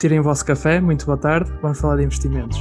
Tirem o vosso café, muito boa tarde, vamos falar de investimentos.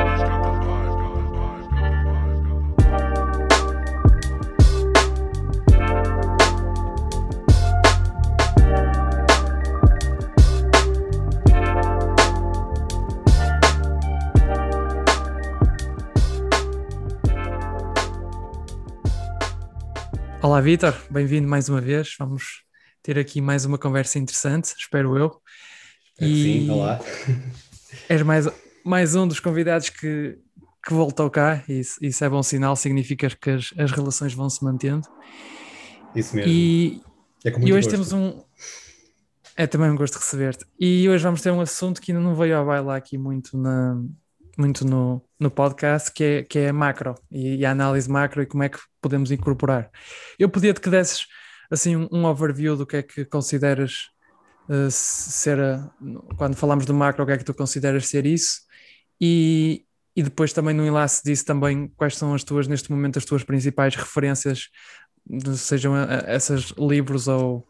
Olá, Vítor, bem-vindo mais uma vez. Vamos ter aqui mais uma conversa interessante, espero eu. Espero que sim, E olá. és mais um dos convidados que voltou cá, e isso é bom sinal, significa que as relações vão se mantendo. Isso mesmo. E, É com e muito hoje gosto. temos um. É também um gosto de receber-te. E hoje vamos ter um assunto que ainda não veio à baila aqui muito no podcast, que é a macro e a análise macro e como é que podemos incorporar. Eu pedia-te que desses assim um overview do que é que consideras ser, quando falamos do macro, o que é que tu consideras ser isso e, e depois também no enlace disso também quais são neste momento, as tuas principais referências, sejam essas livros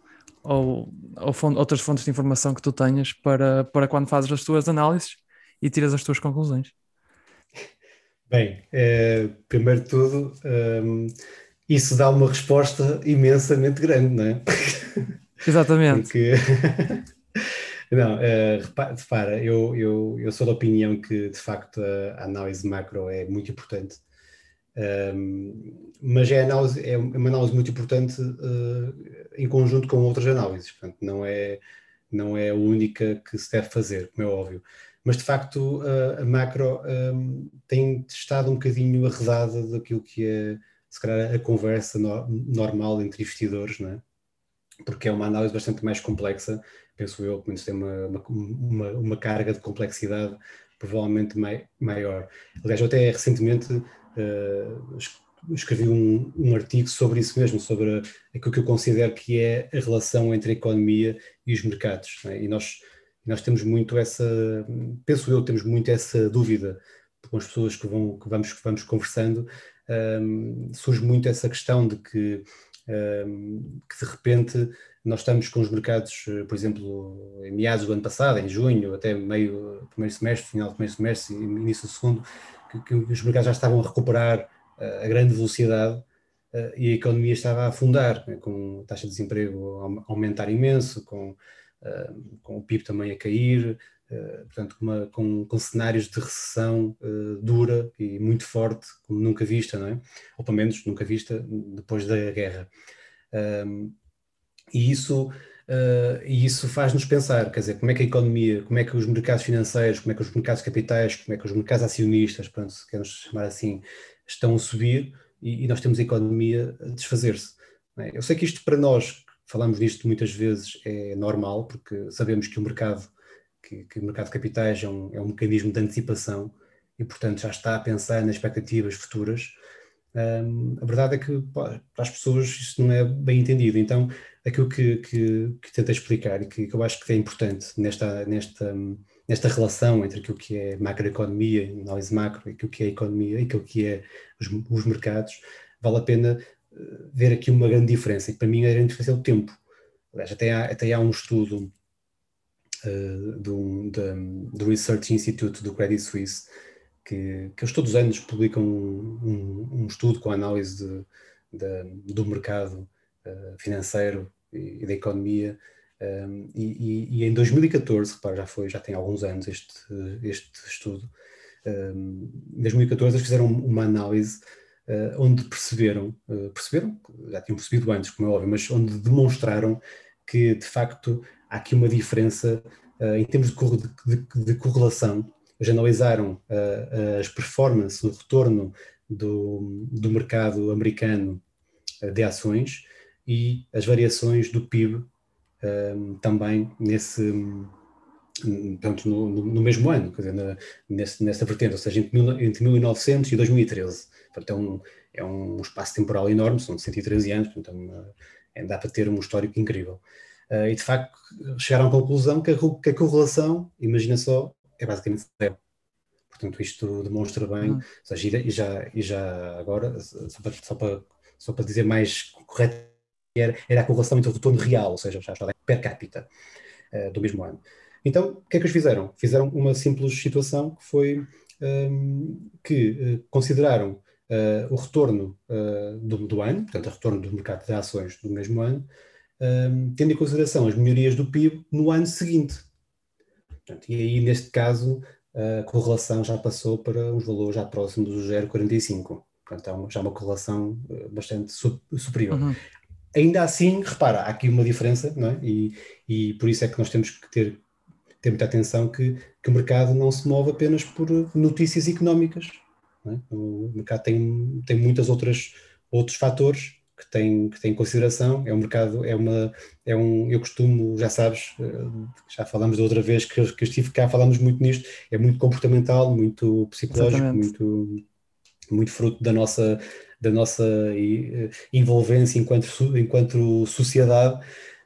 ou outras fontes de informação que tu tenhas para quando fazes as tuas análises e tiras as tuas conclusões. Bem, primeiro de tudo, isso dá uma resposta imensamente grande, não é? Exatamente. Porque, não, repara, eu sou da opinião que, de facto, a análise macro é muito importante. Mas é uma análise muito importante em conjunto com outras análises, portanto, não é a única que se deve fazer, como é óbvio. Mas, de facto, a macro tem estado um bocadinho arredada daquilo que é, se calhar, a conversa normal entre investidores, não é? Porque é uma análise bastante mais complexa, penso eu, pelo menos tem uma carga de complexidade provavelmente maior. Aliás, eu até recentemente escrevi um artigo sobre isso mesmo, sobre aquilo que eu considero que é a relação entre a economia e os mercados, não é? E nós temos muito essa, penso eu, temos muito essa dúvida com as pessoas que vamos conversando, surge muito essa questão de que de repente nós estamos com os mercados, por exemplo, em meados do ano passado, em junho, até meio primeiro semestre, final do primeiro semestre e início do segundo, que os mercados já estavam a recuperar a grande velocidade e a economia estava a afundar, né, com a taxa de desemprego a aumentar imenso, com o PIB também a cair, portanto, com cenários de recessão dura e muito forte, como nunca vista, não é? Ou pelo menos nunca vista depois da guerra. E isso faz-nos pensar, quer dizer, como é que a economia, como é que os mercados financeiros, como é que os mercados capitais, como é que os mercados acionistas, pronto, se queremos chamar assim, estão a subir e nós temos a economia a desfazer-se. Não é? Eu sei que isto para nós, que falamos disto muitas vezes, é normal, porque sabemos que que o mercado de capitais é um mecanismo de antecipação e, portanto, já está a pensar nas expectativas futuras. A verdade é que para as pessoas isso não é bem entendido. Então, aquilo que tentei explicar e que eu acho que é importante nesta relação entre aquilo que é macroeconomia, análise macro, e aquilo que é economia e aquilo que é os mercados, vale a pena ver aqui uma grande diferença. E para mim a grande diferença é o tempo. Aliás, até há um estudo do Research Institute do Credit Suisse que eles todos os anos publicam um estudo com a análise do mercado financeiro e da economia. E em 2014, repara, já tem alguns anos este estudo. Em 2014 eles fizeram uma análise onde perceberam, já tinham percebido antes, como é óbvio, mas onde demonstraram que de facto há aqui uma diferença em termos de correlação. Eles analisaram as performances, o retorno do mercado americano de ações e as variações do PIB também portanto, no mesmo ano, quer dizer, nessa vertente, ou seja, entre 1900 e 2013. Portanto, é um espaço temporal enorme, são 113 anos, portanto, dá para ter um histórico incrível. E de facto chegaram à conclusão que a correlação, imagina só, é basicamente zero. Portanto, isto demonstra bem, ou Uhum. seja, e já agora, só para dizer mais correto, era a correlação entre o retorno real, ou seja, já está per capita do mesmo ano. Então, o que é que eles fizeram? Fizeram uma simples situação que foi que consideraram o retorno do ano, portanto, o retorno do mercado de ações do mesmo ano, tendo em consideração as melhorias do PIB no ano seguinte. Portanto, e aí, neste caso, a correlação já passou para uns valores já próximos do 0,45. Portanto, já uma correlação bastante superior. Uhum. Ainda assim, repara, há aqui uma diferença, não é? E por isso é que nós temos que ter muita atenção que o mercado não se move apenas por notícias económicas, não é? O mercado tem muitas outros fatores que tem em consideração. É um mercado, eu costumo, já sabes, já falamos da outra vez que eu estive cá, falamos muito nisto, é muito comportamental, muito psicológico, Exatamente. muito fruto da nossa envolvência enquanto sociedade.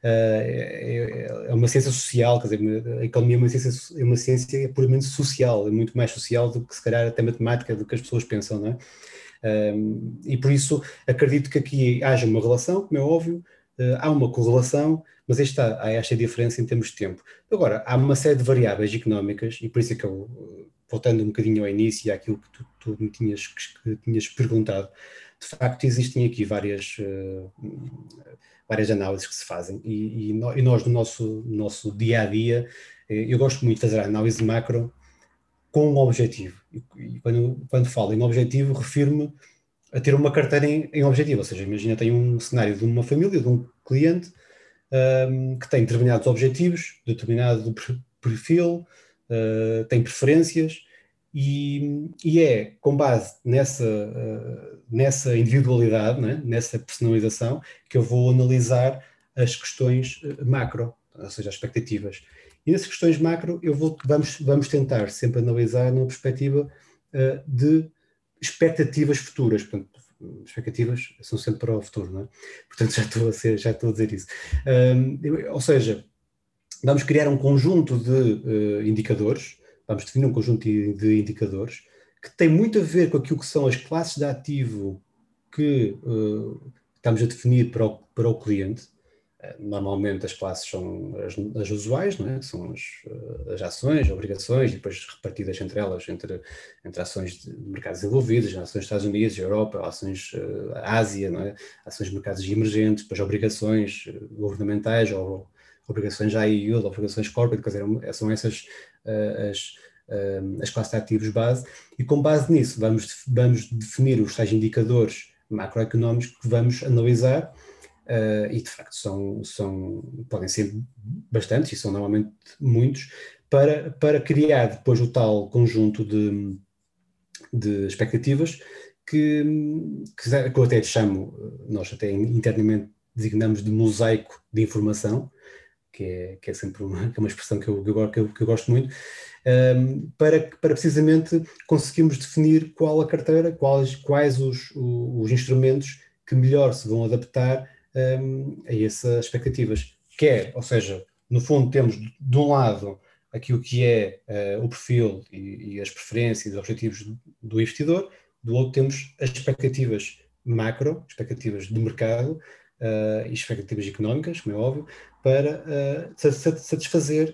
É uma ciência social, quer dizer, a economia é uma ciência puramente social, é muito mais social do que se calhar até matemática, do que as pessoas pensam, não é? E por isso acredito que aqui haja uma relação, como é óbvio, há uma correlação, mas há esta diferença em termos de tempo. Agora, há uma série de variáveis económicas, e por isso é que eu, voltando um bocadinho ao início e àquilo que tu me tinhas perguntado, de facto existem aqui várias análises que se fazem, e nós no nosso dia a dia, eu gosto muito de fazer a análise macro com um objetivo. E quando falo em objetivo, refiro-me a ter uma carteira em objetivo. Ou seja, imagina, tenho um cenário de uma família, de um cliente, que tem determinados objetivos, determinado perfil, tem preferências, e é com base nessa individualidade, né, nessa personalização, que eu vou analisar as questões macro, ou seja, as expectativas. E nessas questões macro, vamos tentar sempre analisar numa perspectiva de expectativas futuras. Portanto, expectativas são sempre para o futuro, não é? Portanto, já estou a dizer isso. Ou seja, vamos criar um conjunto de indicadores, vamos definir um conjunto de indicadores que tem muito a ver com aquilo que são as classes de ativo que estamos a definir para o cliente. Normalmente as classes são as usuais, não é? São as ações, as obrigações, e depois repartidas entre elas, entre ações de mercados desenvolvidos, ações dos Estados Unidos, Europa, ações Ásia, não é? Ações de mercados emergentes, depois obrigações governamentais ou obrigações high yield, obrigações corporate, quer dizer, são essas as classes de ativos base, e com base nisso vamos definir os tais indicadores macroeconómicos que vamos analisar. E de facto podem ser bastantes, e são normalmente muitos, para criar depois o tal conjunto de expectativas que eu até chamo, nós até internamente designamos de mosaico de informação, que é sempre uma expressão que eu gosto muito, para precisamente conseguirmos definir qual a carteira, quais os instrumentos que melhor se vão adaptar a essas expectativas. Ou seja, no fundo temos de um lado aquilo que é o perfil e as preferências e os objetivos do investidor, do outro temos as expectativas macro, expectativas de mercado e expectativas económicas, como é óbvio, para satisfazer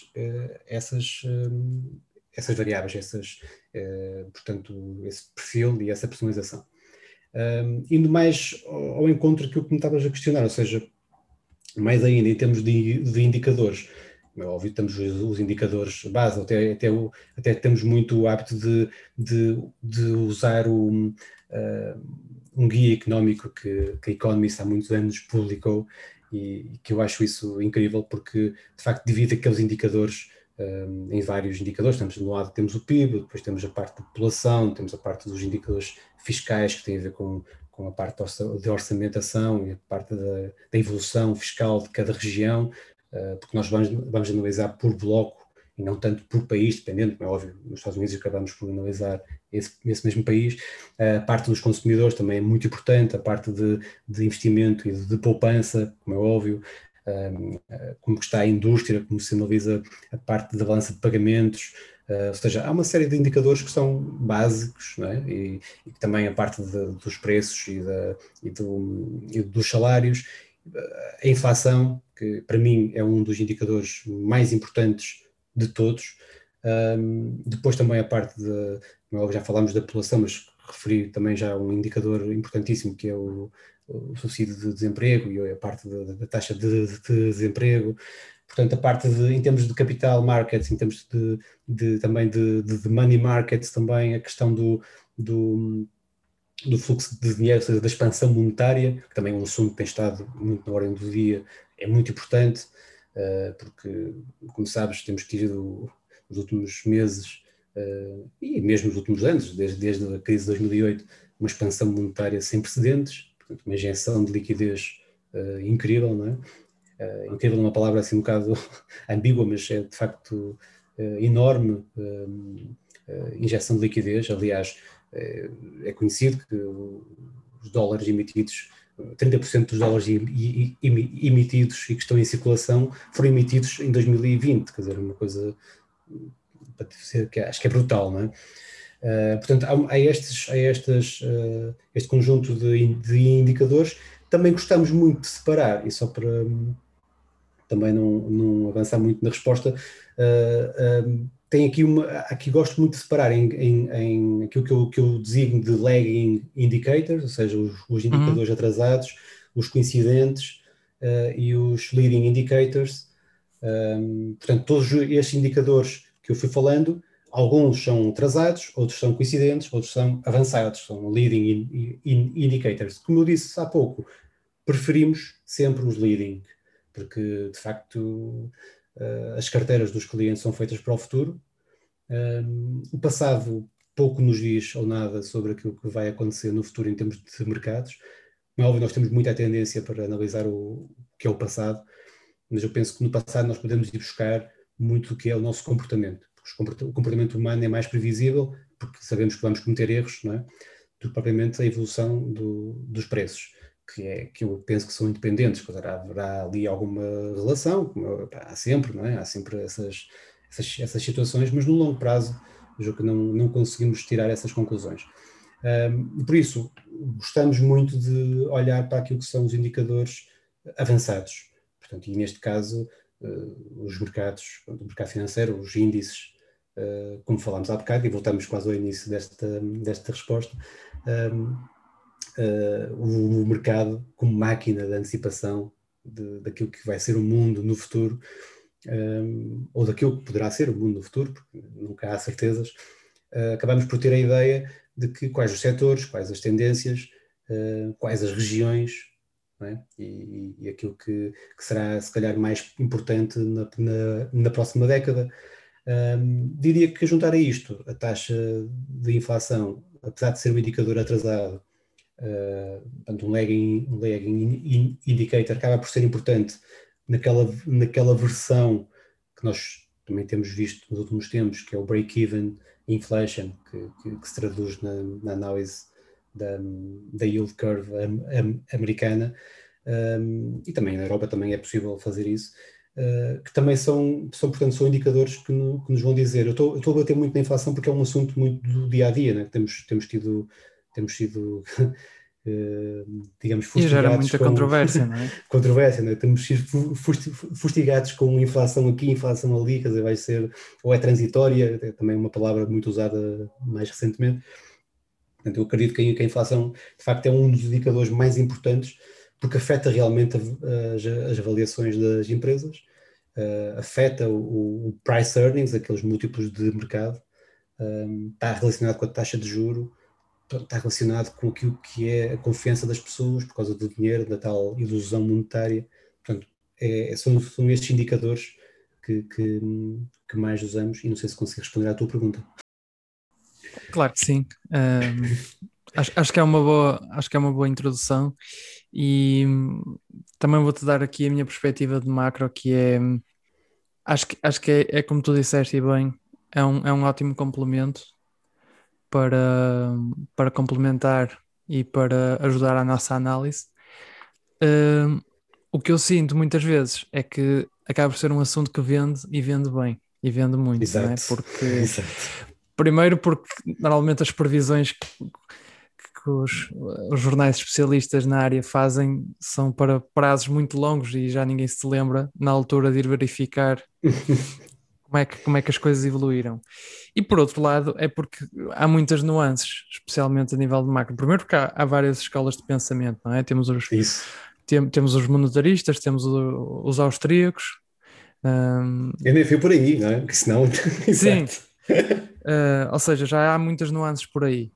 essas variáveis, portanto, esse perfil e essa personalização. Indo mais ao encontro daquilo que me estavas a questionar, ou seja, mais ainda em termos de indicadores, é óbvio, temos os indicadores base, até temos muito o hábito de usar um guia económico que a Economist há muitos anos publicou, e que eu acho isso incrível, porque de facto divide aqueles indicadores em vários indicadores. De um lado temos o PIB, depois temos a parte da população, temos a parte dos indicadores fiscais, que têm a ver com a parte de orçamentação e a parte da evolução fiscal de cada região, porque nós vamos analisar por bloco e não tanto por país, dependendo, como é óbvio, nos Estados Unidos acabamos por analisar esse mesmo país. A parte dos consumidores também é muito importante, a parte de investimento e de poupança, como é óbvio, como está a indústria, como se analisa a parte da balança de pagamentos, ou seja, há uma série de indicadores que são básicos, não é? E também a parte dos preços e dos salários, a inflação, que para mim é um dos indicadores mais importantes de todos. Depois também a parte já falámos da população, mas referi também já um indicador importantíssimo, que é o subsídio de desemprego e a parte da taxa de desemprego. Portanto, a parte em termos de capital markets, em termos também de money markets, também a questão do fluxo de dinheiro, ou seja, da expansão monetária, que também é um assunto que tem estado muito na ordem do dia, é muito importante, porque, como sabes, temos tido nos últimos meses e mesmo nos últimos anos, desde a crise de 2008, uma expansão monetária sem precedentes, portanto, uma injeção de liquidez incrível, não é? Incrível é uma palavra assim um bocado ambígua, mas é de facto enorme injeção de liquidez. Aliás, é conhecido que os dólares emitidos, 30% dos dólares emitidos e que estão em circulação foram emitidos em 2020, quer dizer, uma coisa para dizer que acho que é brutal, não é? Portanto, há este conjunto de indicadores. Também gostamos muito de separar, e só para também não avançar muito na resposta, tem aqui gosto muito de separar em aquilo que eu designo de lagging indicators, ou seja, os indicadores atrasados, os coincidentes e os leading indicators. Portanto, todos estes indicadores que eu fui falando, alguns são atrasados, outros são coincidentes, outros são avançados, são leading indicators. Como eu disse há pouco, preferimos sempre os leading, porque de facto as carteiras dos clientes são feitas para o futuro. O passado pouco nos diz ou nada sobre aquilo que vai acontecer no futuro em termos de mercados. Como é óbvio, nós temos muita tendência para analisar o que é o passado, mas eu penso que no passado nós podemos ir buscar muito do que é o nosso comportamento. Porque o comportamento humano é mais previsível, porque sabemos que vamos cometer erros, não é? Do que propriamente a evolução dos preços, que eu penso que são independentes. Haverá ali alguma relação, como há sempre, não é? Há sempre essas situações, mas no longo prazo, eu que não conseguimos tirar essas conclusões. Por isso, gostamos muito de olhar para aquilo que são os indicadores avançados. Portanto, e neste caso, os mercados, o mercado financeiro, os índices, como falámos há bocado, e voltamos quase ao início desta resposta, o mercado como máquina de antecipação daquilo que vai ser o mundo no futuro, ou daquilo que poderá ser o mundo no futuro, porque nunca há certezas. Acabamos por ter a ideia de que quais os setores, quais as tendências, quais as regiões, não é? E aquilo que será se calhar mais importante na próxima década. Diria que juntar a isto a taxa de inflação, apesar de ser um indicador atrasado, portanto, um lagging indicator acaba por ser importante naquela versão que nós também temos visto nos últimos tempos, que é o break-even inflation, que se traduz na análise da yield curve americana, e também na Europa também é possível fazer isso, que também portanto, são indicadores que nos vão dizer. Eu estou a bater muito na inflação porque é um assunto muito do dia-a-dia, né? Temos sido digamos, E gera fustigados muita com controvérsia, não é? controvérsia, né? Temos sido fustigados com inflação aqui, inflação ali, quer dizer, vai ser, ou é transitória, é também uma palavra muito usada mais recentemente. Portanto, eu acredito que a inflação, de facto, é um dos indicadores mais importantes, porque afeta realmente as avaliações das empresas, afeta o price earnings, aqueles múltiplos de mercado, está relacionado com a taxa de juro, está relacionado com aquilo que é a confiança das pessoas por causa do dinheiro, da tal ilusão monetária. Portanto, são estes indicadores que mais usamos, e não sei se consigo responder à tua pergunta. Claro que sim. Acho que é uma boa introdução, e também vou-te dar aqui a minha perspectiva de macro, que é, acho que é como tu disseste e bem, é um ótimo complemento para complementar e para ajudar a nossa análise. O que eu sinto muitas vezes é que acaba por ser um assunto que vende, e vende bem, e vende muito, Exato. não é? Porque, Exato. primeiro porque normalmente as previsões que os jornais especialistas na área fazem são para prazos muito longos, e já ninguém se lembra na altura de ir verificar como é que as coisas evoluíram. E por outro lado, é porque há muitas nuances, especialmente a nível de macro. Primeiro porque há várias escolas de pensamento, não é? Isso. Temos os monetaristas, temos os austríacos. hum, Eu nem fui por aí, não é? Porque senão, sim, exato. ou seja, já há muitas nuances por aí.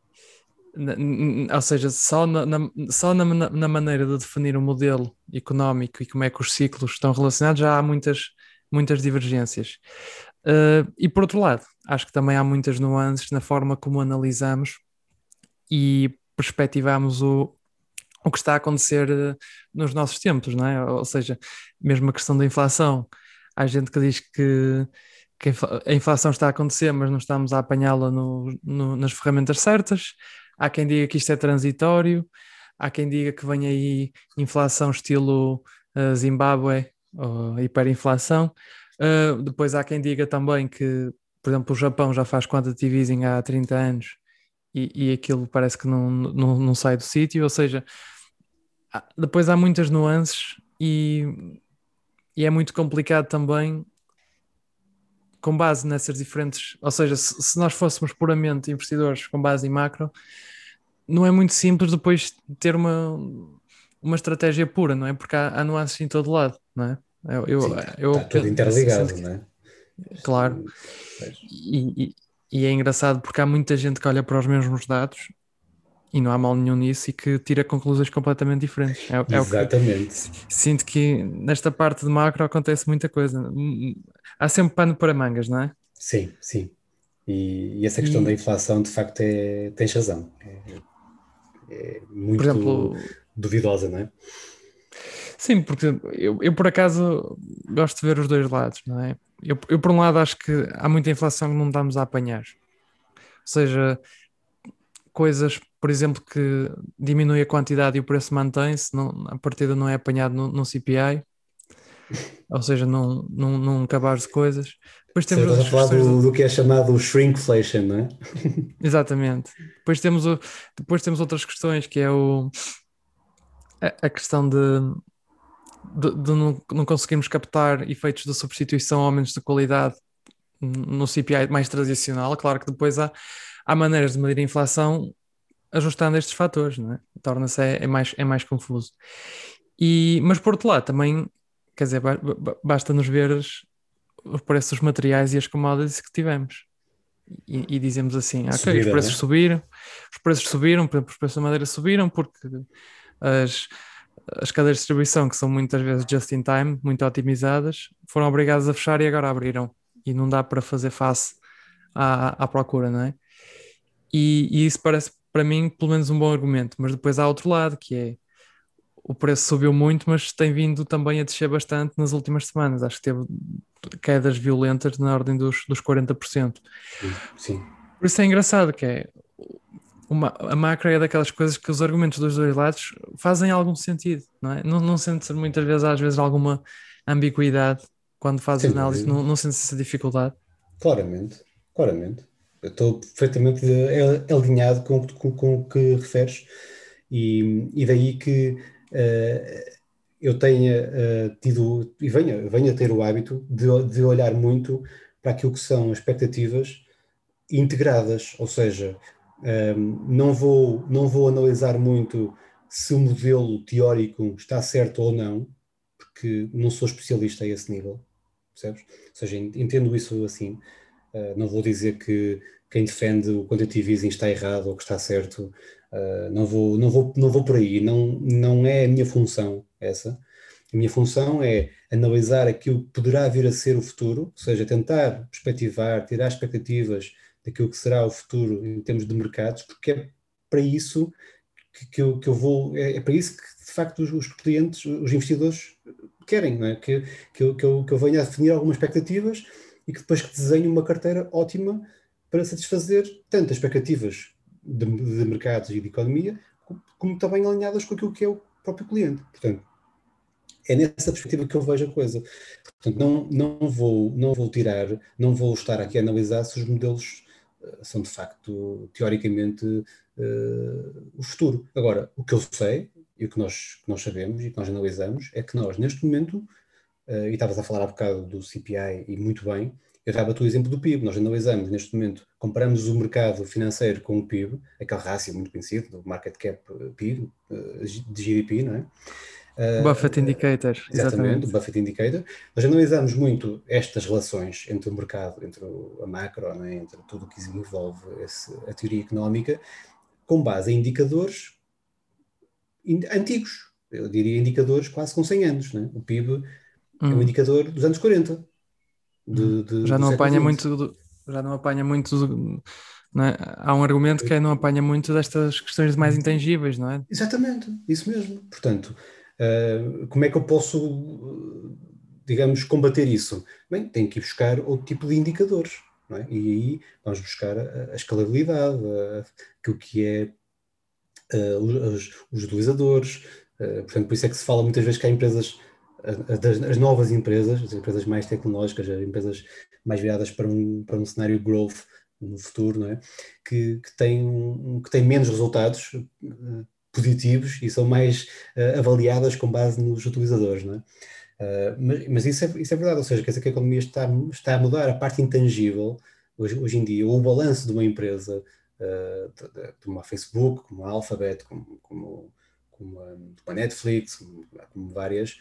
Ou seja, só na maneira de definir o modelo económico e como é que os ciclos estão relacionados, já há muitas divergências. E por outro lado, acho que também há muitas nuances na forma como analisamos e perspectivamos o que está a acontecer nos nossos tempos, não é? Ou seja, mesmo a questão da inflação. Há gente que diz que a inflação está a acontecer, mas não estamos a apanhá-la nas ferramentas certas. Há quem diga que isto é transitório, há quem diga que vem aí inflação estilo Zimbábue, ou hiperinflação. Depois há quem diga também que, por exemplo, o Japão já faz quantitative easing há 30 anos e aquilo parece que não sai do sítio, ou seja, depois há muitas nuances e é muito complicado também com base nessas diferentes, ou seja, se nós fôssemos puramente investidores com base em macro, não é muito simples depois ter uma estratégia pura, não é? Porque há nuances em todo lado, não é? Sim, está tudo Eu sinto interligado, que, não é? claro, Pois. e é engraçado porque há muita gente que olha para os mesmos dados e não há mal nenhum nisso e que tira conclusões completamente diferentes. É o que Exatamente. sinto que nesta parte de macro acontece muita coisa. Há sempre pano para mangas, não é? Sim, sim. E essa questão da E, inflação, de facto, tens razão. É por muito exemplo, duvidosa, não é? sim, porque eu por acaso gosto de ver os dois lados, não é? Eu por um lado acho que há muita inflação que não estamos a apanhar. Ou seja, coisas, por exemplo, que diminui a quantidade e o preço mantém-se, a partida não é apanhado no CPI, ou seja, não acabar de coisas. Depois temos Estás a outras falar questões. do que é chamado o shrinkflation, não é? Exatamente. Depois temos outras questões, que é a questão de não conseguirmos captar efeitos de substituição ou aumentos de qualidade no CPI mais tradicional. Claro que depois há maneiras de medir a inflação ajustando estes fatores, não é? Torna-se é mais confuso. Mas por outro lado, também, quer dizer, basta nos ver os preços dos materiais e as commodities que tivemos. E dizemos assim, ok, Subida, não é? os preços subiram, por exemplo, os preços da madeira subiram porque as, as cadeias de distribuição, que são muitas vezes just in time, muito otimizadas, foram obrigadas a fechar e agora abriram. E não dá para fazer face à procura, não é? E isso parece para mim pelo menos um bom argumento, mas depois há outro lado, que é o preço subiu muito, mas tem vindo também a descer bastante nas últimas semanas. Acho que teve quedas violentas na ordem dos 40%. Sim, sim. Por isso é engraçado que a macro é daquelas coisas que os argumentos dos dois lados fazem algum sentido, não é? Não sente muitas vezes, às vezes, alguma ambiguidade quando fazes Sem análise, dúvida. não sentes essa dificuldade. Claramente, claramente. Eu estou perfeitamente alinhado com o que referes e daí que eu tenha tido e venha a ter o hábito de olhar muito para aquilo que são as expectativas integradas, ou seja, não vou analisar muito se o modelo teórico está certo ou não, porque não sou especialista a esse nível, percebes? Ou seja, entendo isso assim. Não vou dizer que quem defende o quantitative easing está errado ou que está certo. Não vou por aí. Não é a minha função essa. A minha função é analisar aquilo que poderá vir a ser o futuro, ou seja, tentar perspectivar, tirar expectativas daquilo que será o futuro em termos de mercados, porque é para isso que eu vou, é para isso que de facto os clientes, os investidores querem, não é? Que eu venha a definir algumas expectativas e que depois que desenhe uma carteira ótima para satisfazer tanto as expectativas de mercados e de economia, como também alinhadas com aquilo que é o próprio cliente. Portanto, é nessa perspectiva que eu vejo a coisa. Portanto, não vou tirar, não vou estar aqui a analisar se os modelos são de facto, teoricamente, o futuro. Agora, o que eu sei e o que nós sabemos e que nós analisamos é que nós, neste momento, e estavas a falar há bocado do CPI e muito bem, Eu dava-te o exemplo do PIB, nós analisamos neste momento, comparamos o mercado financeiro com o PIB, aquele rácio muito conhecido, do market cap PIB, de GDP, não é? Buffett Indicator, Exatamente, o exatamente. Buffett Indicator. Nós analisamos muito estas relações entre o mercado, entre a macro, não é? Entre tudo o que envolve a teoria económica, com base em indicadores antigos. Eu diria indicadores quase com 100 anos. Não é? O PIB é um Hum, indicador dos anos 40, Já do não século apanha XX. muito, já não apanha muito, não é? Há um argumento que é não apanha muito destas questões mais intangíveis, não é? Exatamente, isso mesmo. Portanto, como é que eu posso, digamos, combater isso? Bem, tenho que ir buscar outro tipo de indicadores, não é? E aí vamos buscar a escalabilidade, aquilo que é os utilizadores. Portanto, por isso é que se fala muitas vezes que há empresas, as novas empresas, as empresas mais tecnológicas, as empresas mais viradas para um cenário de growth no futuro, não é? Que têm menos resultados positivos e são mais avaliadas com base nos utilizadores, não é? Mas isso é verdade, ou seja, quer dizer que a economia está a mudar a parte intangível hoje em dia, ou o balanço de uma empresa, de uma Facebook, como a Alphabet, como a Netflix, como várias,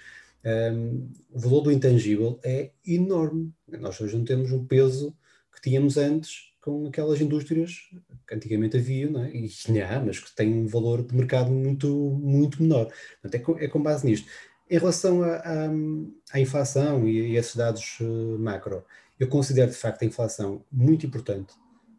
o valor do intangível é enorme. Nós hoje não temos um peso que tínhamos antes com aquelas indústrias que antigamente havia, não é? E há, mas que têm um valor de mercado muito, muito menor. Portanto, é com base nisto. Em relação à inflação e a esses dados macro, eu considero de facto a inflação muito importante,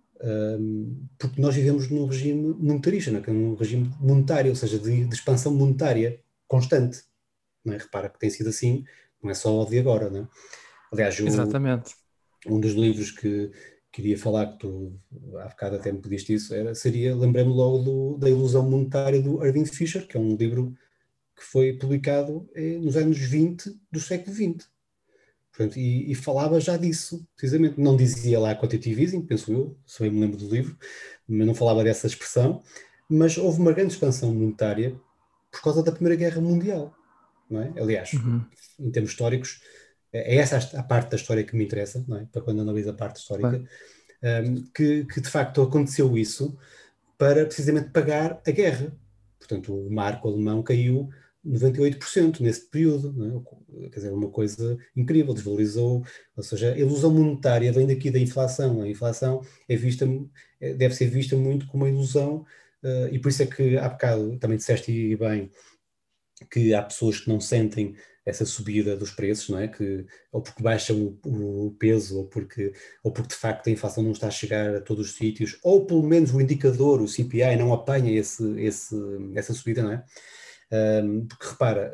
porque nós vivemos num regime monetarista, não é? Que é um regime monetário, ou seja, de expansão monetária constante. Não é? Repara que tem sido assim, não é só o de agora. Não é? Aliás, Exatamente. um dos livros que queria falar, que tu há bocado até me pediste isso, lembrei-me logo da Ilusão Monetária do Irving Fisher, que é um livro que foi publicado nos anos 20 do século XX. Portanto, e falava já disso, precisamente. Não dizia lá quantitative easing, penso eu, se bem me lembro do livro, mas não falava dessa expressão. Mas houve uma grande expansão monetária por causa da Primeira Guerra Mundial, não é? Aliás, Uhum, em termos históricos, é essa a parte da história que me interessa, não é? Para quando analiso a parte histórica, claro. que de facto aconteceu isso para precisamente pagar a guerra. Portanto, o marco alemão caiu 98% nesse período, não é? Quer dizer, uma coisa incrível, desvalorizou, ou seja, a ilusão monetária vem daqui da inflação. A inflação deve ser vista muito como uma ilusão, e por isso é que há bocado também disseste e bem que há pessoas que não sentem essa subida dos preços, não é? Ou porque baixam o peso, ou porque de facto a inflação não está a chegar a todos os sítios, ou pelo menos o indicador, o CPI, não apanha essa subida, não é? Porque repara,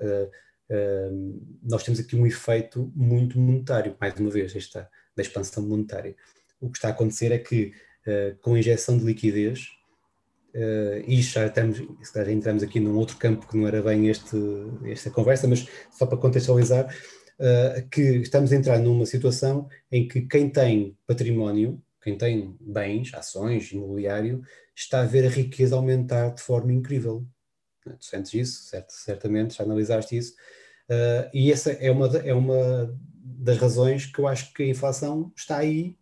nós temos aqui um efeito muito monetário, mais uma vez, esta da expansão monetária. O que está a acontecer é que, com a injeção de liquidez, e já entramos aqui num outro campo que não era bem esta conversa, mas só para contextualizar, que estamos a entrar numa situação em que quem tem património, quem tem bens, ações, imobiliário, está a ver a riqueza aumentar de forma incrível. Tu sentes isso, certamente, já analisaste isso. E essa é uma das razões que eu acho que a inflação está aí,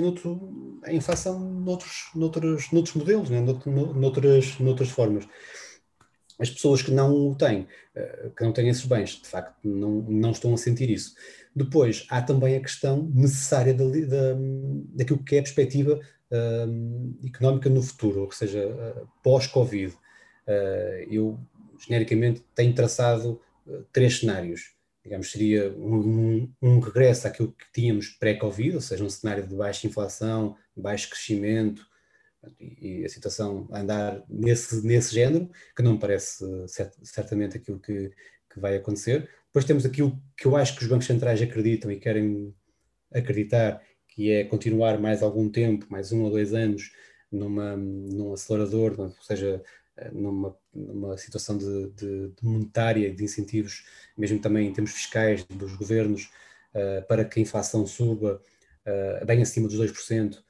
a inflação noutros modelos, né? Noutras formas. As pessoas que não o têm, que não têm esses bens, de facto, não estão a sentir isso. Depois, há também a questão necessária daquilo que é a perspectiva económica no futuro, ou seja, pós-Covid. Eu, genericamente, tenho traçado três cenários. Digamos, seria um regresso àquilo que tínhamos pré-Covid, ou seja, um cenário de baixa inflação, baixo crescimento, e a situação a andar nesse género, que não me parece certamente aquilo que vai acontecer. Depois temos aquilo que eu acho que os bancos centrais acreditam e querem acreditar, que é continuar mais algum tempo, mais 1 ou 2 anos, num acelerador, ou seja, numa situação de monetária, de incentivos, mesmo também em termos fiscais dos governos, para que a inflação suba bem acima dos 2%.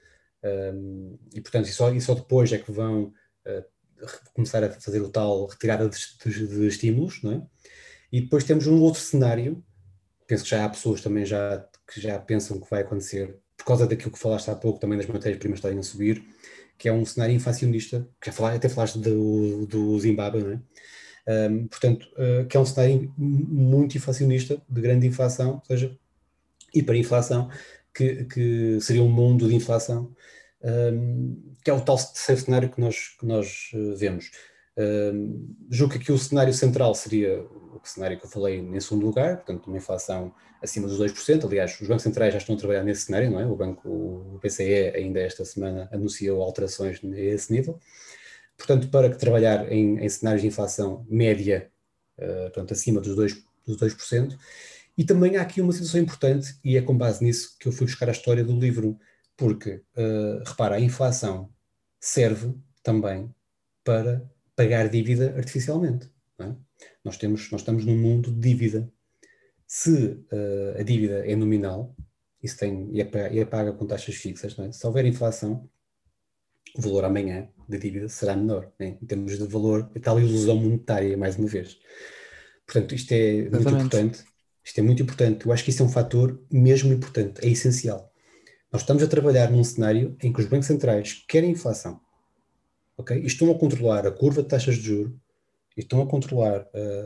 E portanto, e só depois é que vão começar a fazer o tal retirada de estímulos, não é? E depois temos um outro cenário, penso que já há pessoas também que já pensam que vai acontecer, por causa daquilo que falaste há pouco, também das matérias-primas estarem a subir, que é um cenário inflacionista, que até falaste do Zimbábue, não é? Portanto, que é um cenário muito inflacionista, de grande inflação, ou seja, hiperinflação, que seria um mundo de inflação, que é o tal terceiro cenário que nós vemos. Julgo que aqui o cenário central seria o cenário que eu falei em segundo lugar, portanto, uma inflação acima dos 2%. Aliás, os bancos centrais já estão a trabalhar nesse cenário, não é? O BCE ainda esta semana anunciou alterações nesse nível. Portanto, para trabalhar em cenários de inflação média, portanto, acima dos 2%. E também há aqui uma situação importante, e é com base nisso que eu fui buscar a história do livro, porque, repara, a inflação serve também para pagar dívida artificialmente. Não é? Nós estamos num mundo de dívida. Se a dívida é nominal e é paga com taxas fixas, não é? Se houver inflação, o valor amanhã da dívida será menor, né? Em termos de valor, é tal ilusão monetária, mais uma vez. Portanto, isto é muito importante. Isto é muito importante. Eu acho que isso é um fator mesmo importante, é essencial. Nós estamos a trabalhar num cenário em que os bancos centrais querem inflação, ok? E estão a controlar a curva de taxas de juros e estão a controlar,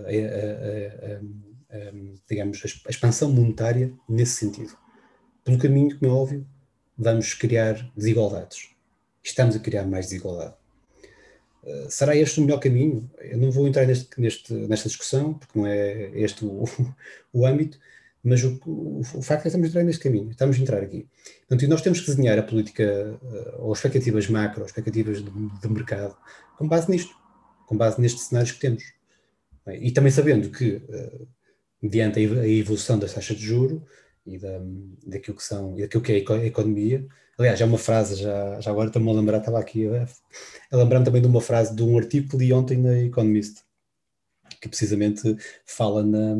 digamos, a expansão monetária nesse sentido. Pelo caminho, como é óbvio, vamos criar desigualdades. Estamos a criar mais desigualdade. Será este o melhor caminho? Eu não vou entrar nesta discussão, porque não é este o âmbito, mas o facto é que estamos a entrar neste caminho, estamos a entrar aqui. Portanto, e nós temos que desenhar a política, ou expectativas macro, ou expectativas de mercado, com base nisto, com base nestes cenários que temos. E também sabendo que, mediante a evolução das taxas de juros e daquilo que é a economia. Aliás, é uma frase, já agora estou-me a lembrar, estava aqui a lembrar-me também de uma frase de um artigo que li ontem na Economist, que precisamente fala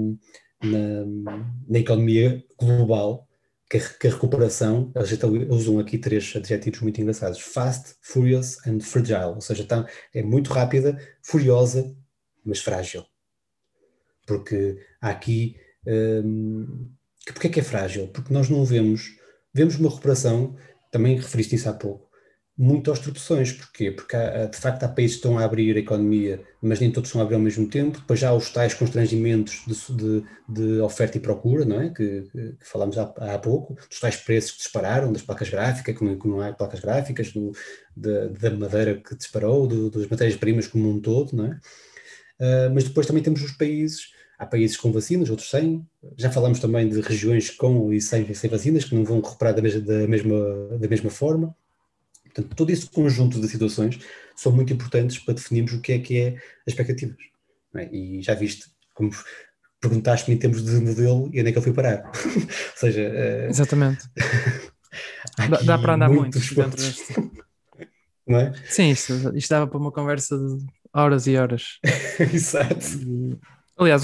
na economia global, que a recuperação, eles usam aqui 3 adjetivos muito engraçados: fast, furious and fragile, ou seja, é muito rápida, furiosa, mas frágil. Porque há aqui... Porque é que é frágil? Porque nós não vemos uma recuperação, também referiste isso há pouco, muito aos tropeções. Porquê? Porque de facto há países que estão a abrir a economia, mas nem todos estão a abrir ao mesmo tempo. Depois já há os tais constrangimentos de oferta e procura, não é? Que falámos há pouco, dos tais preços que dispararam, das placas gráficas, que não há placas gráficas, da madeira que disparou, das matérias-primas como um todo, não é? Mas depois também temos os países. Há países com vacinas, outros sem. Já falámos também de regiões com e sem vacinas, que não vão recuperar da mesma forma. Portanto, todo esse conjunto de situações são muito importantes para definirmos o que é as expectativas. Não é? E já viste, como perguntaste-me em termos de modelo, e onde é que eu fui parar? Ou seja... Exatamente. Dá para andar muito dentro deste... Não é? Sim, isto dava para uma conversa de horas e horas. Exato. Aliás,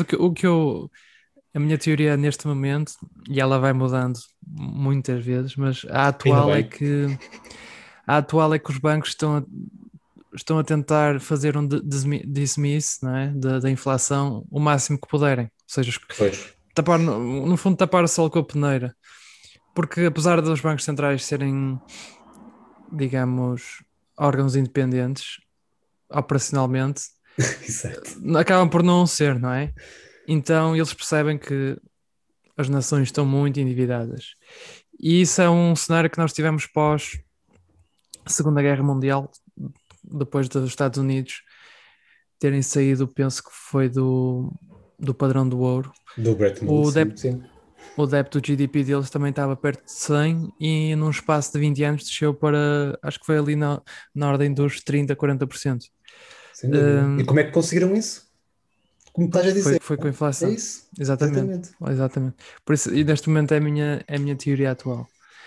a minha teoria neste momento, e ela vai mudando muitas vezes, mas a atual é que os bancos estão a tentar fazer um dismiss, não é? da inflação o máximo que puderem. Ou seja, tapar, no fundo, tapar o sol com a peneira. Porque apesar dos bancos centrais serem, digamos, órgãos independentes, operacionalmente, acabam por não ser, não é? Então eles percebem que as nações estão muito endividadas. E isso é um cenário que nós tivemos pós Segunda Guerra Mundial, depois dos Estados Unidos terem saído, penso que foi do padrão do ouro. Do Bretton Woods, sim. O débito do GDP deles também estava perto de 100 e num espaço de 20 anos desceu para, acho que foi ali na ordem dos 30, 40%. Sem dúvida. E como é que conseguiram isso? Como estás a dizer. Foi com a inflação. É isso. Exatamente. Por isso, e neste momento é a minha teoria atual.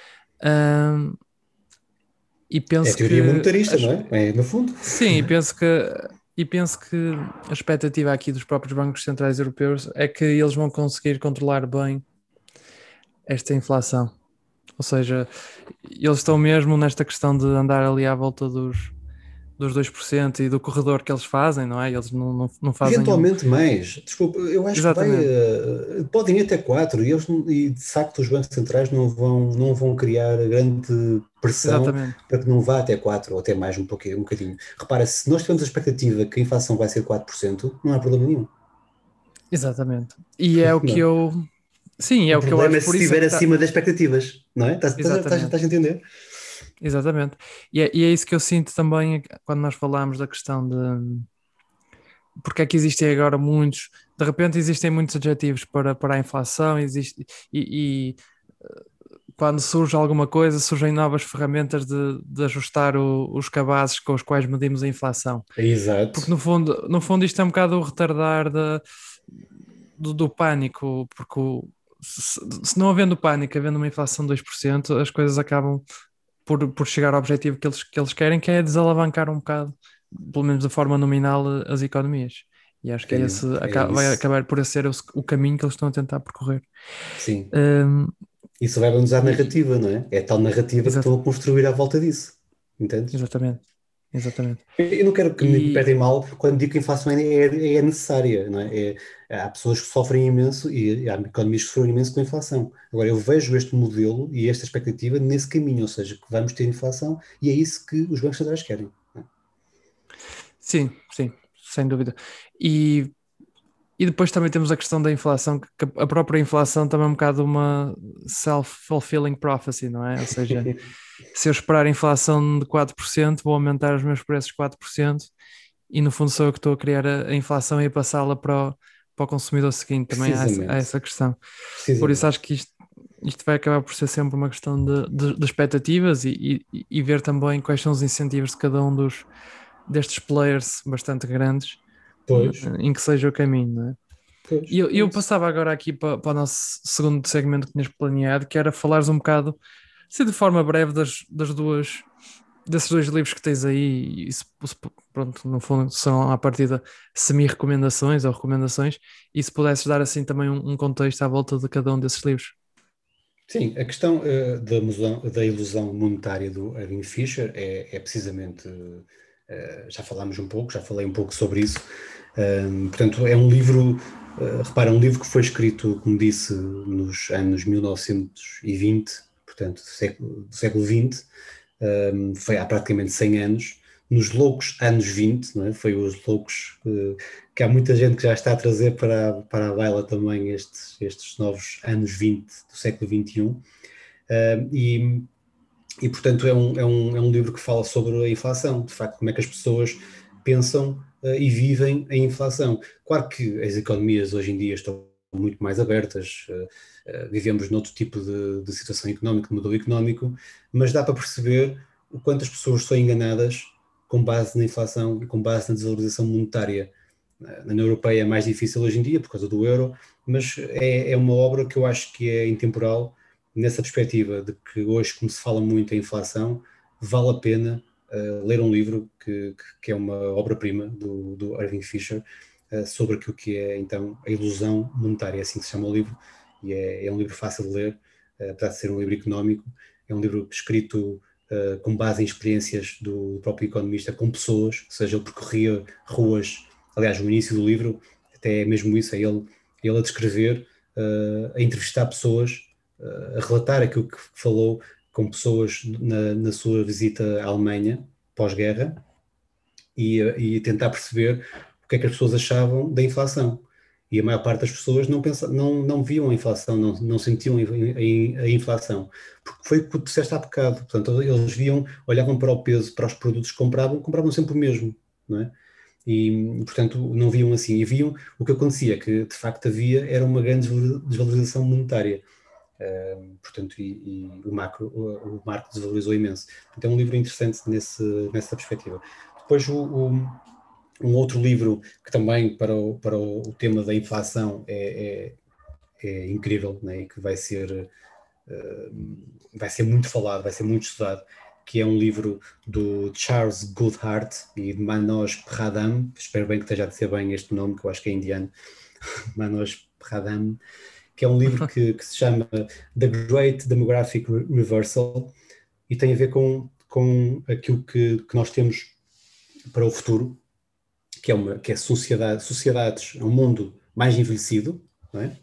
E penso é a teoria monetarista, não é? No fundo. Sim, e penso que a expectativa aqui dos próprios bancos centrais europeus é que eles vão conseguir controlar bem esta inflação. Ou seja, eles estão mesmo nesta questão de andar ali à volta dos dos 2% e do corredor que eles fazem, não é? Eles não fazem um... Eventualmente mais, desculpa, eu acho que vai, Exatamente, podem ir até 4 e, e de facto os bancos centrais não vão criar grande pressão exatamente, para que não vá até 4 ou até mais um bocadinho. Repara, se nós tivermos a expectativa que a inflação vai ser 4%, não há problema nenhum. exatamente. E é o que Não. eu... Sim, é O o que eu problema acho, é se por isso é estiver que está... acima das expectativas, não é? Exatamente, Estás a entender? exatamente. E é isso que eu sinto também quando nós falamos da questão de... Porque é que existem agora muitos... De repente existem muitos adjetivos para a inflação, existe, e quando surge alguma coisa, surgem novas ferramentas de ajustar os cabazes com os quais medimos a inflação. Porque Exato. no fundo isto é um bocado o retardar do pânico, porque se não havendo pânico, havendo uma inflação de 2%, as coisas acabam por chegar ao objetivo que eles querem, que é desalavancar um bocado, pelo menos de forma nominal, as economias. E acho que esse É vai isso. acabar por ser o caminho que eles estão a tentar percorrer. Sim. Um, Isso vai usar e, narrativa, não é? É a tal narrativa que estão exata- a construir à volta disso. Entendes? exatamente, exatamente. Eu não quero que me E interpretem mal quando digo que a inflação é necessária, não é? Há pessoas que sofrem imenso e há economias que sofrem imenso com a inflação. Agora, eu vejo este modelo e esta expectativa nesse caminho, ou seja, que vamos ter inflação e é isso que os bancos centrais querem. Não é? sim, sim, sem dúvida. E, e depois também temos a questão da inflação, que a própria inflação também é um bocado uma self-fulfilling prophecy, não é? Ou seja, se eu esperar a inflação de 4%, vou aumentar os meus preços 4%, e no fundo sou eu que estou a criar a inflação e a passá-la para o consumidor seguinte. Também há Precisamente, essa questão. Por isso precisamente. acho que isto vai acabar por ser sempre uma questão de expectativas e ver também quais são os incentivos de cada um destes players bastante grandes, Pois, em que seja o caminho, não é? E pois, eu, é eu isso. passava agora aqui para o nosso segundo segmento que tinhas planeado, que era falares um bocado, se de forma breve, desses dois livros que tens aí, pronto, no fundo são à partida semi-recomendações ou recomendações, e se pudesses dar assim também um contexto à volta de cada um desses livros. Sim, a questão da ilusão monetária do Irving Fisher é precisamente, já falámos um pouco, já falei um pouco sobre isso. Portanto, é um livro, repara, um livro que foi escrito, como disse, nos anos 1920, portanto, do século XX, foi há praticamente 100 anos, nos loucos anos 20, não é? Foi os loucos, que há muita gente que já está a trazer para a baila também estes novos anos 20 do século XXI, e, portanto é um livro que fala sobre a inflação, de facto, como é que as pessoas pensam e vivem a inflação. Claro que as economias hoje em dia estão muito mais abertas, vivemos noutro tipo de situação económica, de modelo económico, mas dá para perceber o quanto as pessoas são enganadas com base na inflação e com base na desvalorização monetária. Na União Europeia é mais difícil hoje em dia por causa do euro, mas é uma obra que eu acho que é intemporal nessa perspectiva de que hoje, como se fala muito em inflação, vale a pena ler um livro que é uma obra-prima do Irving Fisher, sobre aquilo que é então a ilusão monetária, é assim que se chama o livro, e é um livro fácil de ler, apesar de ser um livro económico, é um livro escrito com base em experiências do próprio economista com pessoas, ou seja, ele percorria ruas, aliás, no início do livro, até é mesmo isso, é ele a descrever, a entrevistar pessoas, a relatar aquilo que falou com pessoas na sua visita à Alemanha, pós-guerra, e tentar perceber o que é que as pessoas achavam da inflação. E a maior parte das pessoas não viam a inflação, não sentiam a inflação, porque foi o que tu disseste há bocado. Portanto, eles olhavam para o peso, para os produtos que compravam sempre o mesmo, não é? E, portanto, não viam assim. E viam o que acontecia, que de facto era uma grande desvalorização monetária. Portanto, e o marco desvalorizou imenso. Então, é um livro interessante nessa perspectiva. Depois, um outro livro que também para o tema da inflação é incrível, né, e que vai ser muito falado, vai ser muito estudado, que é um livro do Charles Goodhart e de Manoj Pradhan, espero bem que esteja a dizer bem este nome, que eu acho que é indiano, Manoj Pradhan, que é um livro que se chama The Great Demographic Reversal e tem a ver com aquilo que nós temos para o futuro, que é sociedades, um mundo mais envelhecido, não é?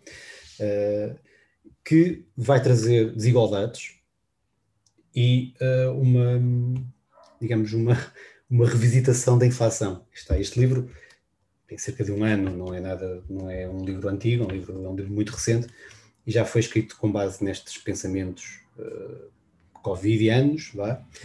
Que vai trazer desigualdades e digamos, uma revisitação da inflação. Este livro tem cerca de um ano, não é um livro antigo, é um livro muito recente, e já foi escrito com base nestes pensamentos covidianos,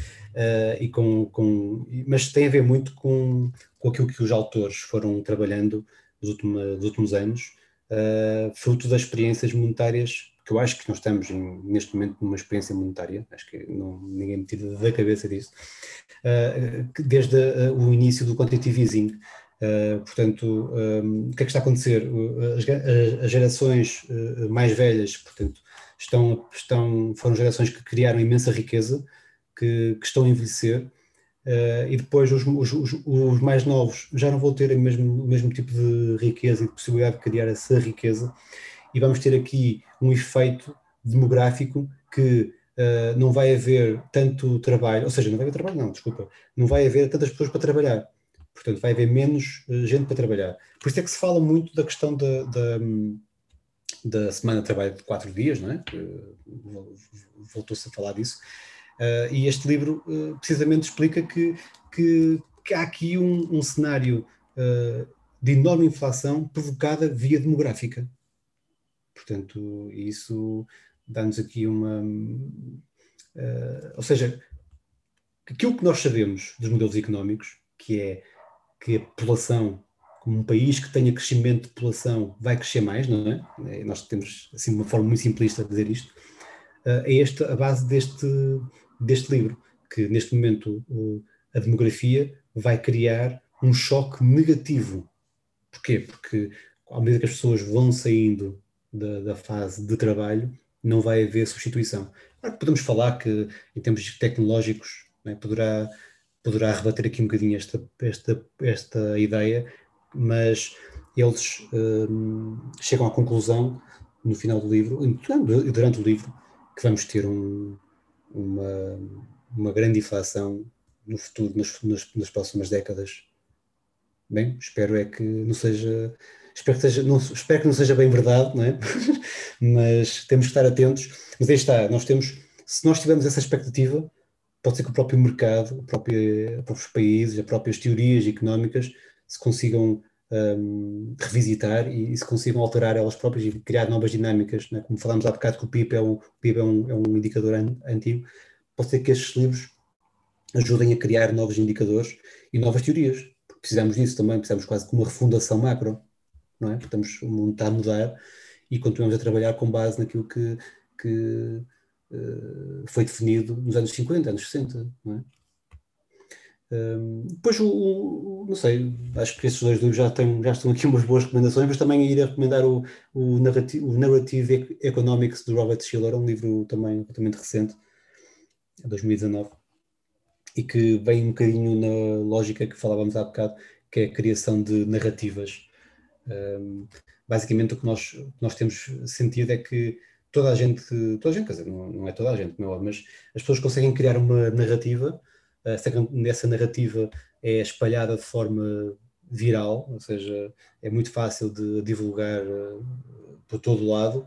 mas tem a ver muito com aquilo que os autores foram trabalhando nos últimos anos, fruto das experiências monetárias, que eu acho que nós estamos neste momento numa experiência monetária, acho que ninguém me tira da cabeça disso, desde o início do quantitative easing. Portanto, o que é que está a acontecer? As gerações mais velhas, portanto, foram gerações que criaram imensa riqueza, que estão a envelhecer, e depois os mais novos já não vão ter o mesmo tipo de riqueza e de possibilidade de criar essa riqueza, e vamos ter aqui um efeito demográfico que não vai haver tanto trabalho, ou seja, não vai haver trabalho, não, desculpa, não vai haver tantas pessoas para trabalhar, portanto vai haver menos gente para trabalhar. Por isso é que se fala muito da questão da semana de trabalho de 4 dias, não é? Voltou-se a falar disso. E este livro precisamente explica que há aqui um cenário de enorme inflação provocada via demográfica. Portanto, isso dá-nos aqui ou seja, aquilo que nós sabemos dos modelos económicos, que é que a população, como um país que tenha crescimento de população, vai crescer mais, não é? Nós temos, assim, uma forma muito simplista de dizer isto. É esta a base deste livro, que neste momento a demografia vai criar um choque negativo. Porquê? Porque à medida que as pessoas vão saindo da fase de trabalho, não vai haver substituição. Claro que podemos falar que, em termos tecnológicos, né, poderá rebater aqui um bocadinho esta ideia, mas eles chegam à conclusão, no final do livro, durante o livro, que vamos ter uma grande inflação no futuro, nas próximas décadas. Bem, espero que não seja bem verdade, não é? Mas temos que estar atentos. Mas aí está, se nós tivermos essa expectativa, pode ser que o próprio mercado, os próprios países, as próprias teorias económicas se consigam revisitar e se consigam alterar elas próprias e criar novas dinâmicas, né? Como falámos há bocado que o PIB é um indicador antigo, pode ser que estes livros ajudem a criar novos indicadores e novas teorias. Precisamos disso também, precisamos quase de uma refundação macro, não é? Porque o mundo está a mudar e continuamos a trabalhar com base naquilo que foi definido nos anos 50, anos 60, não é? Depois, não sei, acho que esses dois livros já estão aqui umas boas recomendações, mas também iria recomendar o Narrative Economics de Robert Shiller, um livro também completamente recente, 2019, e que vem um bocadinho na lógica que falávamos há bocado, que é a criação de narrativas. Basicamente o que nós temos sentido é que toda a gente, quer dizer, não é toda a gente, não é, mas as pessoas conseguem criar uma narrativa, essa narrativa é espalhada de forma viral, ou seja, é muito fácil de divulgar por todo lado,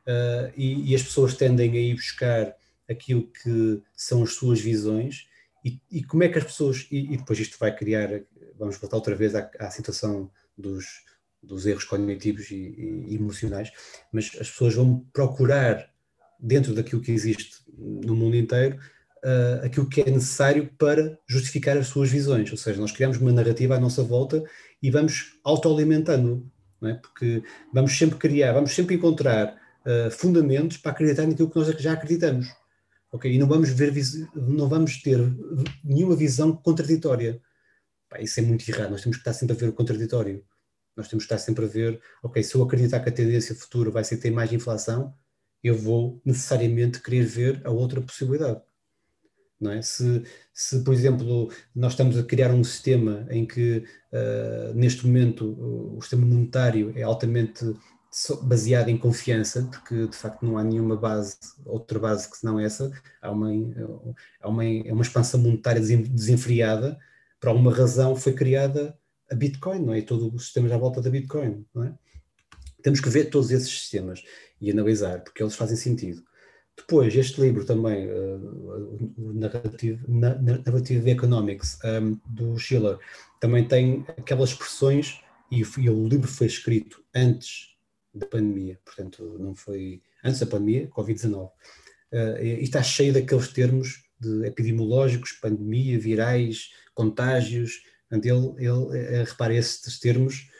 e as pessoas tendem a ir buscar aquilo que são as suas visões, e como é que as pessoas, e depois isto vai criar, vamos voltar outra vez à situação dos erros cognitivos e emocionais, mas as pessoas vão procurar, dentro daquilo que existe no mundo inteiro, aquilo que é necessário para justificar as suas visões, ou seja, nós criamos uma narrativa à nossa volta e vamos autoalimentando, não é? Porque vamos sempre encontrar fundamentos para acreditar naquilo que nós já acreditamos, ok? E não vamos ter nenhuma visão contraditória. Isso é muito errado, nós temos que estar sempre a ver o contraditório. Nós temos que estar sempre a ver, ok, se eu acreditar que a tendência futura vai ser ter mais inflação, eu vou necessariamente querer ver a outra possibilidade. Não é? Se, por exemplo, nós estamos a criar um sistema em que, neste momento, o sistema monetário é altamente baseado em confiança, porque de facto não há nenhuma outra base que não essa, há uma expansão monetária desenfreada, por alguma razão foi criada a Bitcoin, não é? E todo o sistema já à volta da Bitcoin, não é? Temos que ver todos esses sistemas e analisar, porque eles fazem sentido. Depois, este livro também, o Narrative Economics, do Schiller, também tem aquelas expressões, e o livro foi escrito antes da pandemia, portanto, não foi antes da pandemia, Covid-19, e está cheio daqueles termos epidemiológicos, pandemia, virais, contágios. Repare, esses termos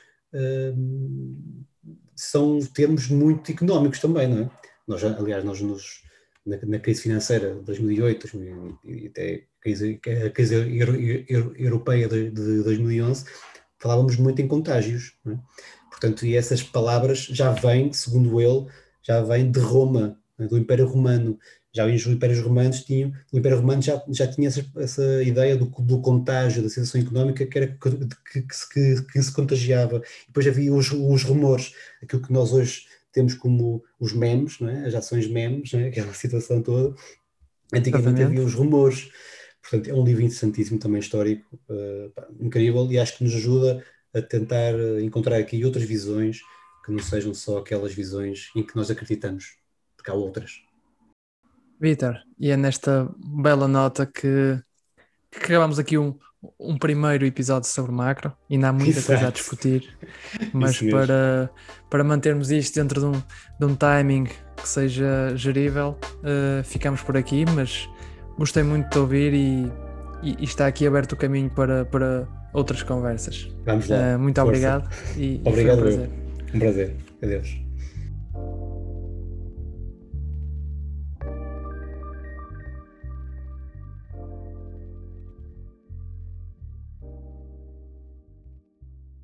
são termos muito económicos também, não é? Aliás, na crise financeira de 2008, e até a crise europeia de 2011, falávamos muito em contágios, não é? Portanto, e essas palavras já vêm, segundo ele, já vêm de Roma, do Império Romano. Já os Impérios Romanos o Império Romano já tinha essa ideia do contágio, da situação económica que se contagiava. E depois havia os rumores, aquilo que nós hoje temos como os memes, não é? As ações memes, não é? Aquela situação toda. Antigamente havia os rumores. Portanto, é um livro interessantíssimo, também histórico, incrível, e acho que nos ajuda a tentar encontrar aqui outras visões que não sejam só aquelas visões em que nós acreditamos, porque há outras. Vítor, e é nesta bela nota que acabamos aqui um primeiro episódio sobre macro. Ainda há muita coisa a discutir, mas para mantermos isto dentro de um timing que seja gerível, ficamos por aqui, mas gostei muito de te ouvir e está aqui aberto o caminho para outras conversas. Vamos lá. Muito obrigado e obrigado, foi um prazer. Um prazer. Adeus.